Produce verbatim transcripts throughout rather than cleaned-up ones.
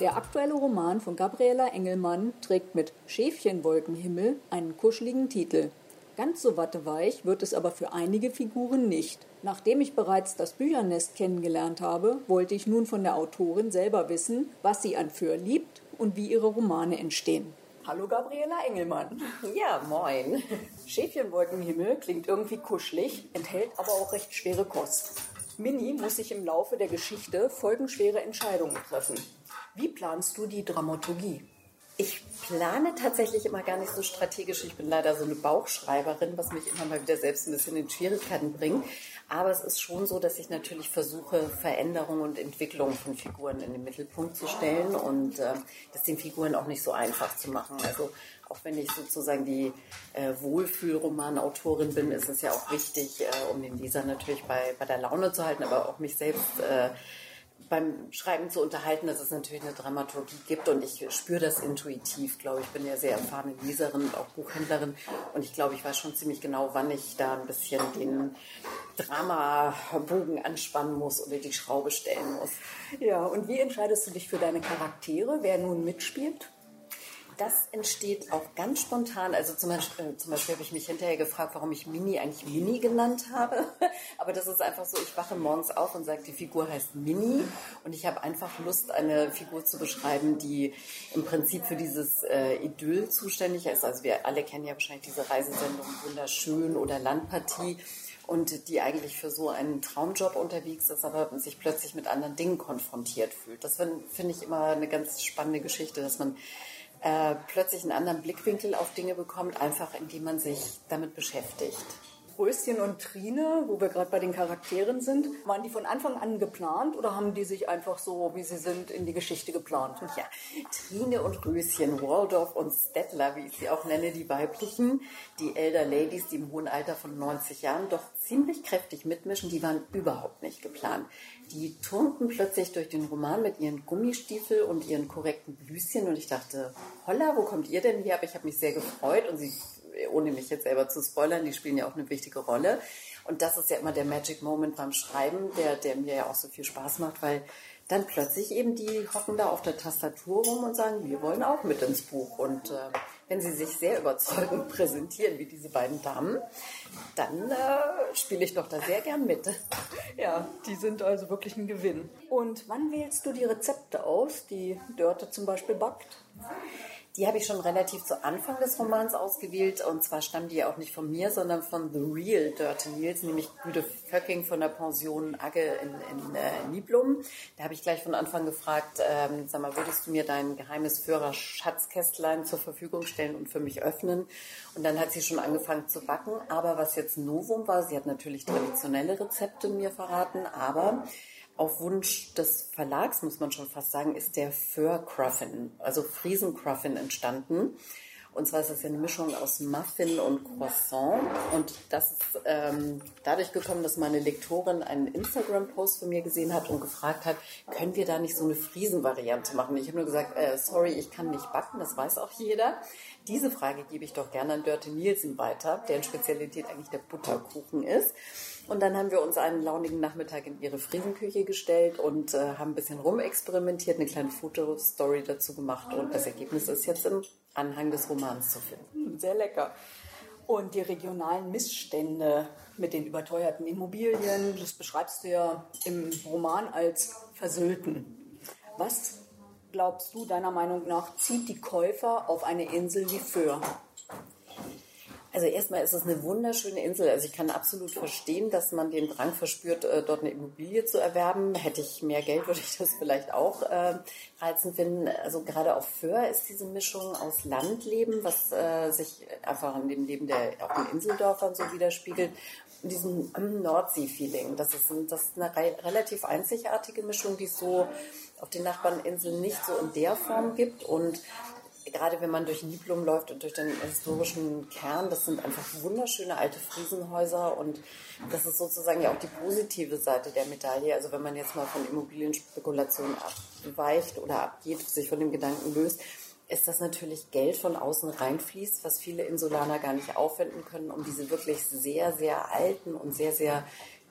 Der aktuelle Roman von Gabriela Engelmann trägt mit Schäfchenwolkenhimmel einen kuscheligen Titel. Ganz so watteweich wird es aber für einige Figuren nicht. Nachdem ich bereits das Büchernest kennengelernt habe, wollte ich nun von der Autorin selber wissen, was sie an Föhr liebt und wie ihre Romane entstehen. Hallo Gabriela Engelmann. Ja, moin. Schäfchenwolkenhimmel klingt irgendwie kuschelig, enthält aber auch recht schwere Kost. Minnie muss sich im Laufe der Geschichte folgenschwere Entscheidungen treffen. Wie planst du die Dramaturgie? Ich plane tatsächlich immer gar nicht so strategisch. Ich bin leider so eine Bauchschreiberin, was mich immer mal wieder selbst ein bisschen in Schwierigkeiten bringt. Aber es ist schon so, dass ich natürlich versuche, Veränderung und Entwicklung von Figuren in den Mittelpunkt zu stellen und äh, das den Figuren auch nicht so einfach zu machen. Also auch wenn ich sozusagen die äh, Wohlfühlromanautorin bin, ist es ja auch wichtig, äh, um den Leser natürlich bei, bei der Laune zu halten, aber auch mich selbst äh, beim Schreiben zu unterhalten, dass es natürlich eine Dramaturgie gibt und ich spüre das intuitiv, glaube ich. Ich bin ja sehr erfahrene Leserin und auch Buchhändlerin und ich glaube, ich weiß schon ziemlich genau, wann ich da ein bisschen den Dramabogen anspannen muss oder die Schraube stellen muss. Ja, und wie entscheidest du dich für deine Charaktere, wer nun mitspielt? Das entsteht auch ganz spontan. Also zum Beispiel, äh, zum Beispiel habe ich mich hinterher gefragt, warum ich Minnie eigentlich Minnie genannt habe. Aber das ist einfach so, ich wache morgens auf und sage, die Figur heißt Minnie. Und ich habe einfach Lust, eine Figur zu beschreiben, die im Prinzip für dieses äh, Idyll zuständig ist. Also wir alle kennen ja wahrscheinlich diese Reisesendung Wunderschön oder Landpartie. Und die eigentlich für so einen Traumjob unterwegs ist, aber sich plötzlich mit anderen Dingen konfrontiert fühlt. Das finde find ich immer eine ganz spannende Geschichte, dass man Äh, plötzlich einen anderen Blickwinkel auf Dinge bekommt, einfach indem man sich damit beschäftigt. Röschen und Trine, wo wir gerade bei den Charakteren sind, waren die von Anfang an geplant oder haben die sich einfach so, wie sie sind, in die Geschichte geplant? Ja, Trine und Röschen, Waldorf und Stettler, wie ich sie auch nenne, die weiblichen, die Elder Ladies, die im hohen Alter von neunzig Jahren doch ziemlich kräftig mitmischen, die waren überhaupt nicht geplant. Die turnten plötzlich durch den Roman mit ihren Gummistiefeln und ihren korrekten Blüschen und ich dachte, holla, wo kommt ihr denn her? Aber ich habe mich sehr gefreut und sie, ohne mich jetzt selber zu spoilern, die spielen ja auch eine wichtige Rolle. Und das ist ja immer der Magic Moment beim Schreiben, der, der mir ja auch so viel Spaß macht, weil dann plötzlich eben die hocken da auf der Tastatur rum und sagen, wir wollen auch mit ins Buch. Und äh, wenn sie sich sehr überzeugend präsentieren, wie diese beiden Damen, dann äh, spiele ich doch da sehr gern mit. Ja, die sind also wirklich ein Gewinn. Und wann wählst du die Rezepte aus, die Dörte zum Beispiel backt? Die habe ich schon relativ zu Anfang des Romans ausgewählt und zwar stammen die ja auch nicht von mir, sondern von The Real Dörte Niels, nämlich Güte Vöcking von der Pension Agge in, in äh, Niblum. Da habe ich gleich von Anfang gefragt, ähm, sag mal, würdest du mir dein geheimes Führer-Schatzkästlein zur Verfügung stellen und für mich öffnen? Und dann hat sie schon angefangen zu backen, aber was jetzt Novum war, sie hat natürlich traditionelle Rezepte mir verraten, aber auf Wunsch des Verlags, muss man schon fast sagen, ist der Föhr-Cruffin, also Friesen-Cruffin entstanden. Und zwar ist das ja eine Mischung aus Muffin und Croissant. Und das ist ähm, dadurch gekommen, dass meine Lektorin einen Instagram-Post von mir gesehen hat und gefragt hat, können wir da nicht so eine Friesen-Variante machen? Ich habe nur gesagt, äh, sorry, ich kann nicht backen, das weiß auch jeder. Diese Frage gebe ich doch gerne an Dörte Nielsen weiter, deren Spezialität eigentlich der Butterkuchen ist. Und dann haben wir uns einen launigen Nachmittag in ihre Friesenküche gestellt und äh, haben ein bisschen rumexperimentiert, eine kleine Fotostory dazu gemacht und das Ergebnis ist jetzt im Anhang des Romans zu finden. Sehr lecker. Und die regionalen Missstände mit den überteuerten Immobilien, das beschreibst du ja im Roman als versöhlten. Was glaubst du deiner Meinung nach zieht die Käufer auf eine Insel wie Föhr? Also erstmal ist es eine wunderschöne Insel. Also ich kann absolut verstehen, dass man den Drang verspürt, dort eine Immobilie zu erwerben. Hätte ich mehr Geld, würde ich das vielleicht auch äh, reizend finden. Also gerade auf Föhr ist diese Mischung aus Landleben, was äh, sich einfach in dem Leben der auch in Inseldörfern so widerspiegelt, und diesem ähm, Nordsee-Feeling. Das ist, ein, das ist eine re- relativ einzigartige Mischung, die es so auf den Nachbarninseln nicht so in der Form gibt. Und gerade wenn man durch Niblum läuft und durch den historischen Kern, das sind einfach wunderschöne alte Friesenhäuser und das ist sozusagen ja auch die positive Seite der Medaille. Also wenn man jetzt mal von Immobilienspekulationen abweicht oder abgeht, sich von dem Gedanken löst, ist das natürlich Geld von außen reinfließt, was viele Insulaner gar nicht aufwenden können, um diese wirklich sehr, sehr alten und sehr, sehr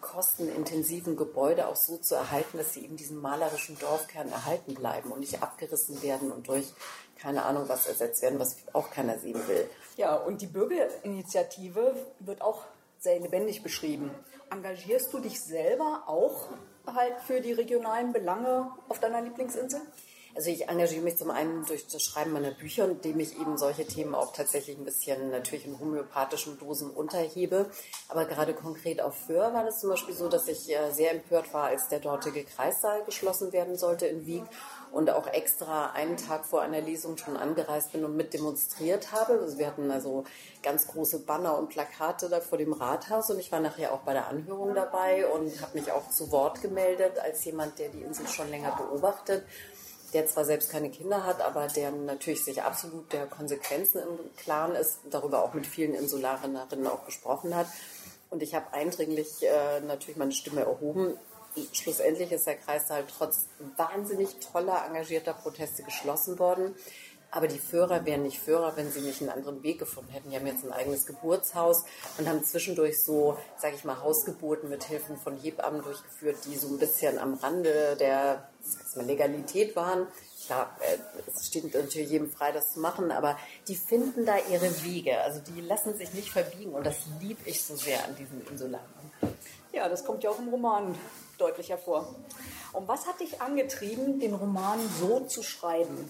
kostenintensiven Gebäude auch so zu erhalten, dass sie eben diesen malerischen Dorfkern erhalten bleiben und nicht abgerissen werden und durch keine Ahnung was ersetzt werden, was auch keiner sehen will. Ja, und die Bürgerinitiative wird auch sehr lebendig beschrieben. Engagierst du dich selber auch halt für die regionalen Belange auf deiner Lieblingsinsel? Also ich engagiere mich zum einen durch das Schreiben meiner Bücher, indem ich eben solche Themen auch tatsächlich ein bisschen natürlich in homöopathischen Dosen unterhebe. Aber gerade konkret auf Föhr war das zum Beispiel so, dass ich sehr empört war, als der dortige Kreissaal geschlossen werden sollte in Wiek und auch extra einen Tag vor einer Lesung schon angereist bin und mit demonstriert habe. Also wir hatten also ganz große Banner und Plakate da vor dem Rathaus und ich war nachher auch bei der Anhörung dabei und habe mich auch zu Wort gemeldet als jemand, der die Insel schon länger beobachtet, der zwar selbst keine Kinder hat, aber der natürlich sich absolut der Konsequenzen im Klaren ist, darüber auch mit vielen Insularinnerinnen auch gesprochen hat. Und ich habe eindringlich äh, natürlich meine Stimme erhoben. Schlussendlich ist der Kreissaal trotz wahnsinnig toller, engagierter Proteste geschlossen worden. Aber die Föhrer wären nicht Föhrer, wenn sie nicht einen anderen Weg gefunden hätten. Die haben jetzt ein eigenes Geburtshaus und haben zwischendurch so, sage ich mal, Hausgeburten mit Hilfen von Hebammen durchgeführt, die so ein bisschen am Rande der mal, Legalität waren. Klar, es steht natürlich jedem frei, das zu machen, aber die finden da ihre Wege. Also die lassen sich nicht verbiegen und das liebe ich so sehr an diesen Insularen. Ja, das kommt ja auch im Roman deutlich hervor. Und was hat dich angetrieben, den Roman so zu schreiben?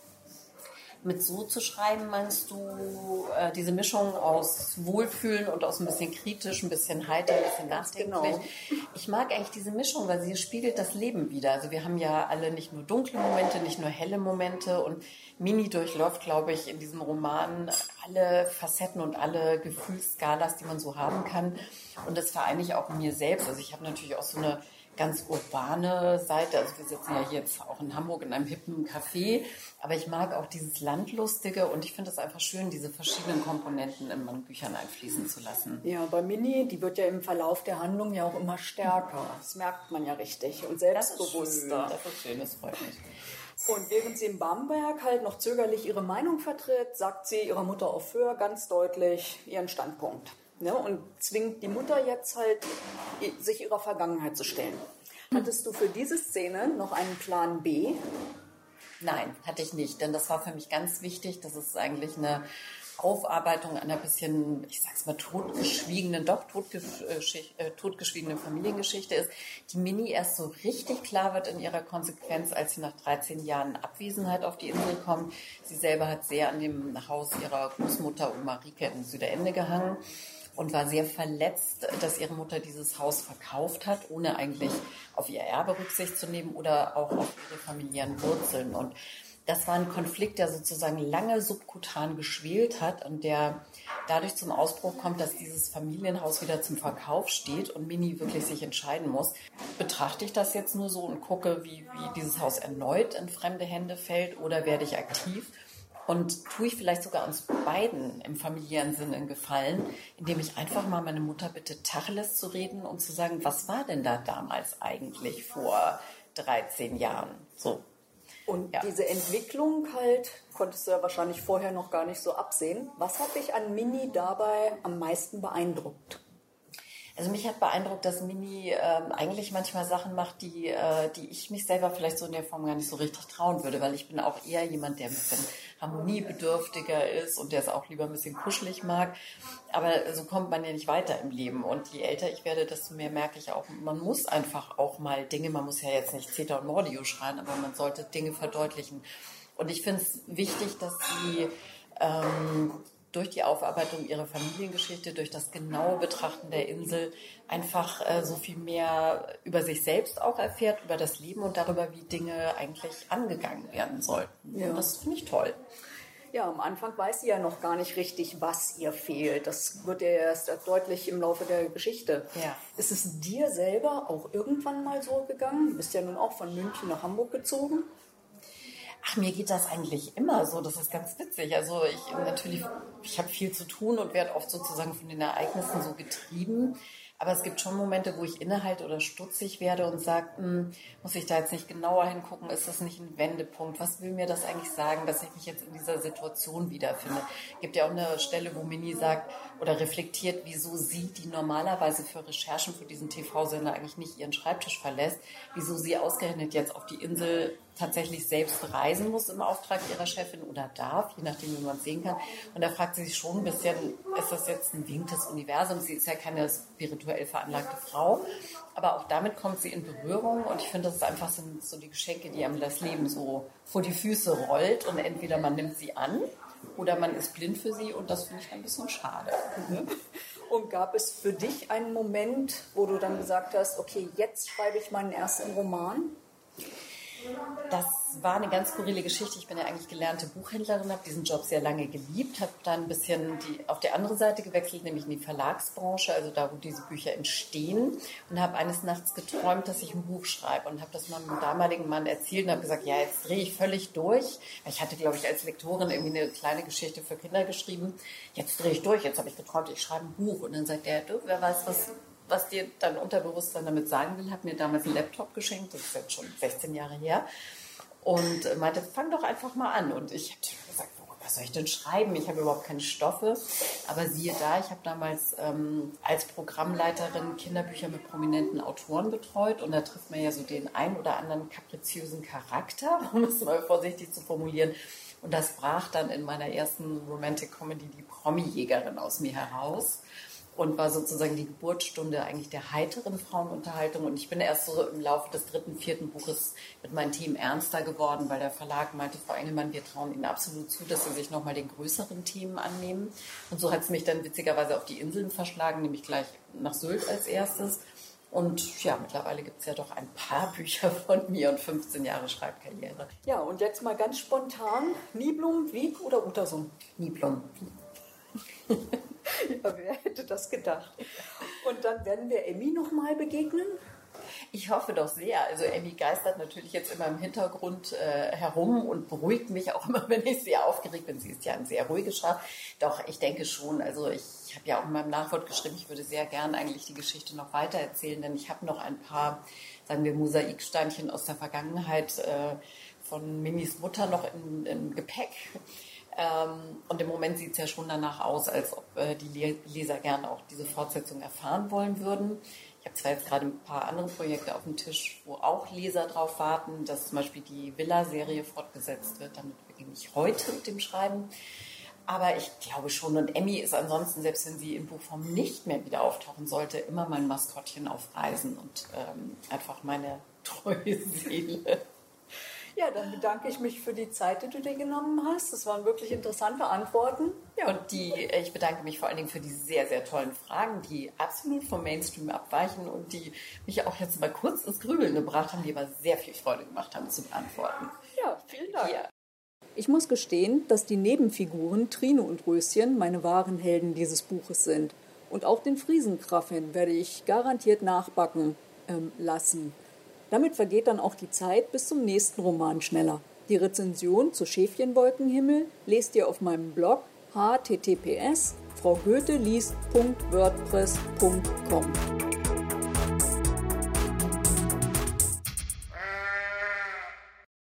Mit so zu schreiben meinst du äh, diese Mischung aus Wohlfühlen und aus ein bisschen kritisch, ein bisschen heiter, ein bisschen nachdenklich? Genau. Ich mag eigentlich diese Mischung, weil sie spiegelt das Leben wider. Also wir haben ja alle nicht nur dunkle Momente, nicht nur helle Momente und Mini durchläuft, glaube ich, in diesem Roman alle Facetten und alle Gefühlsskalas, die man so haben kann. Und das vereine ich auch in mir selbst. Also ich habe natürlich auch so eine ganz urbane Seite. Also wir sitzen ja hier jetzt auch in Hamburg in einem hippen Café, aber ich mag auch dieses Landlustige und ich finde es einfach schön, diese verschiedenen Komponenten in meinen Büchern einfließen zu lassen. Ja, bei Mini, die wird ja im Verlauf der Handlung ja auch immer stärker. Das merkt man ja richtig und selbstbewusster. Das ist schön, das ist schön, das freut mich. Und während sie in Bamberg halt noch zögerlich ihre Meinung vertritt, sagt sie ihrer Mutter auf Föhr ganz deutlich ihren Standpunkt. Ne, und zwingt die Mutter jetzt halt, sich ihrer Vergangenheit zu stellen. Hattest du für diese Szene noch einen Plan B? Nein, hatte ich nicht, denn das war für mich ganz wichtig. Das ist eigentlich eine Aufarbeitung einer bisschen, ich sag's mal, totgeschwiegenen, doch totgesch- äh, totgeschwiegenen Familiengeschichte ist, die Mini erst so richtig klar wird in ihrer Konsequenz, als sie nach dreizehn Jahren Abwesenheit auf die Insel kommt. Sie selber hat sehr an dem Haus ihrer Großmutter Ulmarike in Süderende gehangen und war sehr verletzt, dass ihre Mutter dieses Haus verkauft hat, ohne eigentlich auf ihr Erbe Rücksicht zu nehmen oder auch auf ihre familiären Wurzeln. Und das war ein Konflikt, der sozusagen lange subkutan geschwelt hat und der dadurch zum Ausbruch kommt, dass dieses Familienhaus wieder zum Verkauf steht und Mini wirklich sich entscheiden muss. Betrachte ich das jetzt nur so und gucke, wie, wie dieses Haus erneut in fremde Hände fällt oder werde ich aktiv? Und tue ich vielleicht sogar uns beiden im familiären Sinne einen Gefallen, indem ich einfach mal meine Mutter bitte, Tacheles zu reden und zu sagen, was war denn da damals eigentlich vor dreizehn Jahren? So. Und ja. Diese Entwicklung halt, konntest du ja wahrscheinlich vorher noch gar nicht so absehen. Was hat dich an Mini dabei am meisten beeindruckt? Also mich hat beeindruckt, dass Mini ähm, eigentlich manchmal Sachen macht, die, äh, die ich mich selber vielleicht so in der Form gar nicht so richtig trauen würde, weil ich bin auch eher jemand, der ein bisschen harmoniebedürftiger ist und der es auch lieber ein bisschen kuschelig mag. Aber so kommt man ja nicht weiter im Leben. Und je älter ich werde, desto mehr merke ich auch, man muss einfach auch mal Dinge, man muss ja jetzt nicht Zeta und Mordio schreien, aber man sollte Dinge verdeutlichen. Und ich finde es wichtig, dass sie ähm, durch die Aufarbeitung ihrer Familiengeschichte, durch das genaue Betrachten der Insel einfach äh, so viel mehr über sich selbst auch erfährt, über das Leben und darüber, wie Dinge eigentlich angegangen werden sollten. Ja. Und das finde ich toll. Ja, am Anfang weiß sie ja noch gar nicht richtig, was ihr fehlt. Das wird ja erst deutlich im Laufe der Geschichte. Ja. Ist es dir selber auch irgendwann mal so gegangen? Du bist ja nun auch von München nach Hamburg gezogen. Ach, mir geht das eigentlich immer so. Das ist ganz witzig. Also ich natürlich, ich habe viel zu tun und werde oft sozusagen von den Ereignissen so getrieben. Aber es gibt schon Momente, wo ich innehalte oder stutzig werde und sage, muss ich da jetzt nicht genauer hingucken? Ist das nicht ein Wendepunkt? Was will mir das eigentlich sagen, dass ich mich jetzt in dieser Situation wiederfinde? Es gibt ja auch eine Stelle, wo Mini sagt oder reflektiert, wieso sie, die normalerweise für Recherchen für diesen T V-Sender eigentlich nicht ihren Schreibtisch verlässt, wieso sie ausgerechnet jetzt auf die Insel tatsächlich selbst reisen muss im Auftrag ihrer Chefin oder darf, je nachdem, wie man es sehen kann. Und da fragt sie sich schon ein bisschen, ist das jetzt ein Wink des Universums? Sie ist ja keine spirituell veranlagte Frau, aber auch damit kommt sie in Berührung und ich finde, das ist einfach so, so die Geschenke, die einem das Leben so vor die Füße rollt und entweder man nimmt sie an oder man ist blind für sie und das finde ich ein bisschen schade. Und gab es für dich einen Moment, wo du dann gesagt hast, okay, jetzt schreibe ich meinen ersten Roman? Das war eine ganz skurrile Geschichte. Ich bin ja eigentlich gelernte Buchhändlerin, habe diesen Job sehr lange geliebt, habe dann ein bisschen die, auf die andere Seite gewechselt, nämlich in die Verlagsbranche, also da, wo diese Bücher entstehen, und habe eines Nachts geträumt, dass ich ein Buch schreibe und habe das meinem damaligen Mann erzählt und habe gesagt, ja, jetzt drehe ich völlig durch. Ich hatte, glaube ich, als Lektorin irgendwie eine kleine Geschichte für Kinder geschrieben. Jetzt drehe ich durch, jetzt habe ich geträumt, ich schreibe ein Buch. Und dann sagt er, du, wer weiß, was... was dir dein Unterbewusstsein damit sagen will, hat mir damals einen Laptop geschenkt, das ist jetzt schon sechzehn Jahre her, und meinte, fang doch einfach mal an. Und ich habe gesagt, oh, was soll ich denn schreiben? Ich habe überhaupt keine Stoffe. Aber siehe da, ich habe damals ähm, als Programmleiterin Kinderbücher mit prominenten Autoren betreut und da trifft man ja so den ein oder anderen kapriziösen Charakter, um es mal vorsichtig zu formulieren. Und das brach dann in meiner ersten Romantic Comedy die Promi-Jägerin aus mir heraus. Und war sozusagen die Geburtsstunde eigentlich der heiteren Frauenunterhaltung. Und ich bin erst so im Laufe des dritten, vierten Buches mit meinen Themen ernster geworden, weil der Verlag meinte, Frau Engelmann, wir trauen Ihnen absolut zu, dass Sie sich nochmal den größeren Themen annehmen. Und so hat es mich dann witzigerweise auf die Inseln verschlagen, nämlich gleich nach Sylt als erstes. Und ja, mittlerweile gibt es ja doch ein paar Bücher von mir und fünfzehn Jahre Schreibkarriere. Ja, und jetzt mal ganz spontan, Niblum, Wieg oder Uttersum? Niblum. Ja, wer hätte das gedacht? Und dann werden wir Emmy nochmal begegnen? Ich hoffe doch sehr. Also Emmy geistert natürlich jetzt immer im Hintergrund äh, herum und beruhigt mich auch immer, wenn ich sehr aufgeregt bin. Sie ist ja ein sehr ruhiges Schaf. Doch, ich denke schon. Also ich habe ja auch in meinem Nachwort geschrieben, ich würde sehr gern eigentlich die Geschichte noch weiter erzählen, denn ich habe noch ein paar, sagen wir, Mosaiksteinchen aus der Vergangenheit äh, von Mimis Mutter noch in, im Gepäck. Und im Moment sieht es ja schon danach aus, als ob die Leser gerne auch diese Fortsetzung erfahren wollen würden. Ich habe zwar jetzt gerade ein paar andere Projekte auf dem Tisch, wo auch Leser drauf warten, dass zum Beispiel die Villa-Serie fortgesetzt wird. Damit beginne ich heute mit dem Schreiben. Aber ich glaube schon, und Emmy ist ansonsten, selbst wenn sie in Buchform nicht mehr wieder auftauchen sollte, immer mein Maskottchen auf Reisen und ähm, einfach meine treue Seele. Ja, dann bedanke ich mich für die Zeit, die du dir genommen hast. Das waren wirklich interessante Antworten. Ja, und die, ich bedanke mich vor allen Dingen für die sehr, sehr tollen Fragen, die absolut vom Mainstream abweichen und die mich auch jetzt mal kurz ins Grübeln gebracht haben, die aber sehr viel Freude gemacht haben zu beantworten. Ja, vielen Dank. Ja. Ich muss gestehen, dass die Nebenfiguren Trine und Röschen meine wahren Helden dieses Buches sind. Und auch den Friesenkraffen werde ich garantiert nachbacken ähm, lassen. Damit vergeht dann auch die Zeit bis zum nächsten Roman schneller. Die Rezension zu Schäfchenwolkenhimmel lest ihr auf meinem Blog h t t p s punkt frau goethe liest punkt wordpress punkt com.